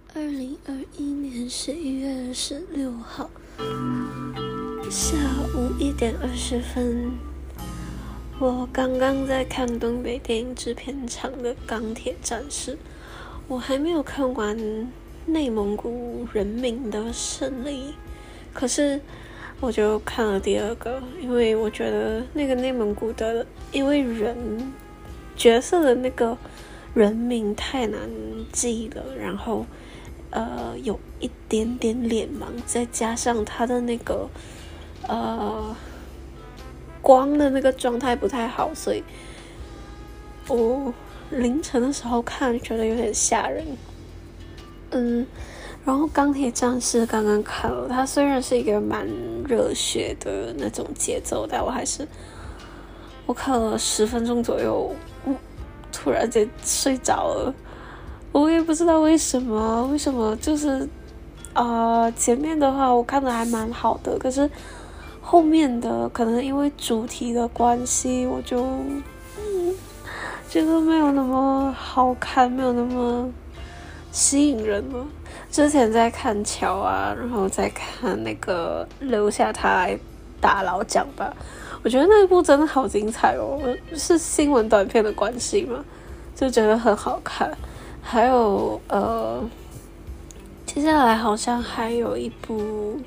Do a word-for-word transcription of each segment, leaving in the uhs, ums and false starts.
二零二一年十一月十六号下午一点二十分，我刚刚在看东北电影制片厂的《钢铁战士》，我还没有看完内蒙古人民的胜利，可是我就看了第二个，因为我觉得那个内蒙古的因为人角色的那个人名太难记了，然后呃有一点点脸盲，再加上他的那个呃光的那个状态不太好，所以我凌晨的时候看觉得有点吓人。嗯，然后钢铁战士刚刚看了，它虽然是一个蛮热血的那种节奏，但我还是我看了十分钟左右，嗯，突然间睡着了。我也不知道为什么，为什么就是啊、呃，前面的话我看的还蛮好的，可是后面的可能因为主题的关系，我就嗯觉得没有那么好看，没有那么吸引人了。之前在看乔啊，然后再看那个留下他来打老蒋吧，我觉得那一部真的好精彩哦，是新闻短片的关系嘛，就觉得很好看。还有呃，接下来好像还有一部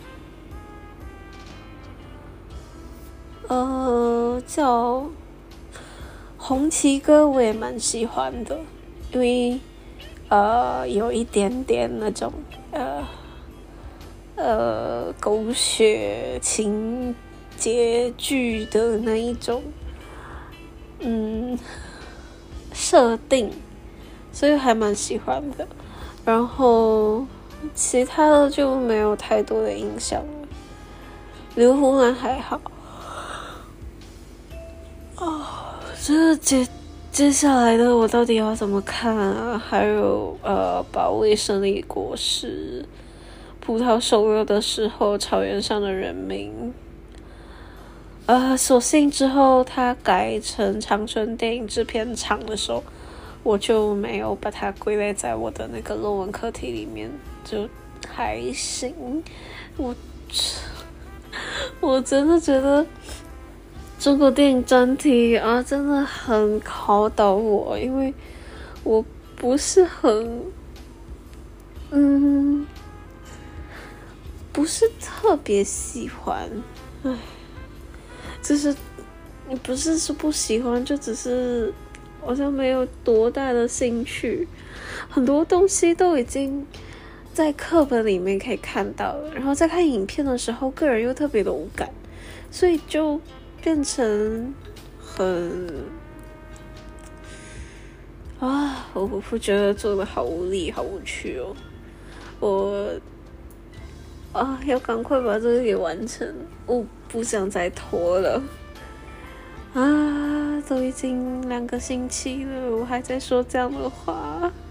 呃叫《红旗歌》，我也蛮喜欢的，因为呃有一点点那种呃呃狗血情节剧的那一种嗯设定，所以还蛮喜欢的。然后其他的就没有太多的印象了。刘胡兰还好。哦，这接接下来的我到底要怎么看啊？还有呃，保卫胜利果实，葡萄熟了的时候，草原上的人民。呃，所幸之后他改成长春电影制片厂的时候，我就没有把它归类在我的那个论文课题里面，就还行。我我真的觉得中国电影专题啊，真的很考倒我，因为我不是很嗯，不是特别喜欢，唉，就是你不是说不喜欢，就只是好像没有多大的兴趣。很多东西都已经在课本里面可以看到了，然后在看影片的时候，个人又特别的无感，所以就变成很啊，我不觉得做的好无力，好无趣哦。我啊，要赶快把这个给完成，我不想再拖了。啊，都已经两个星期了，我还在说这样的话。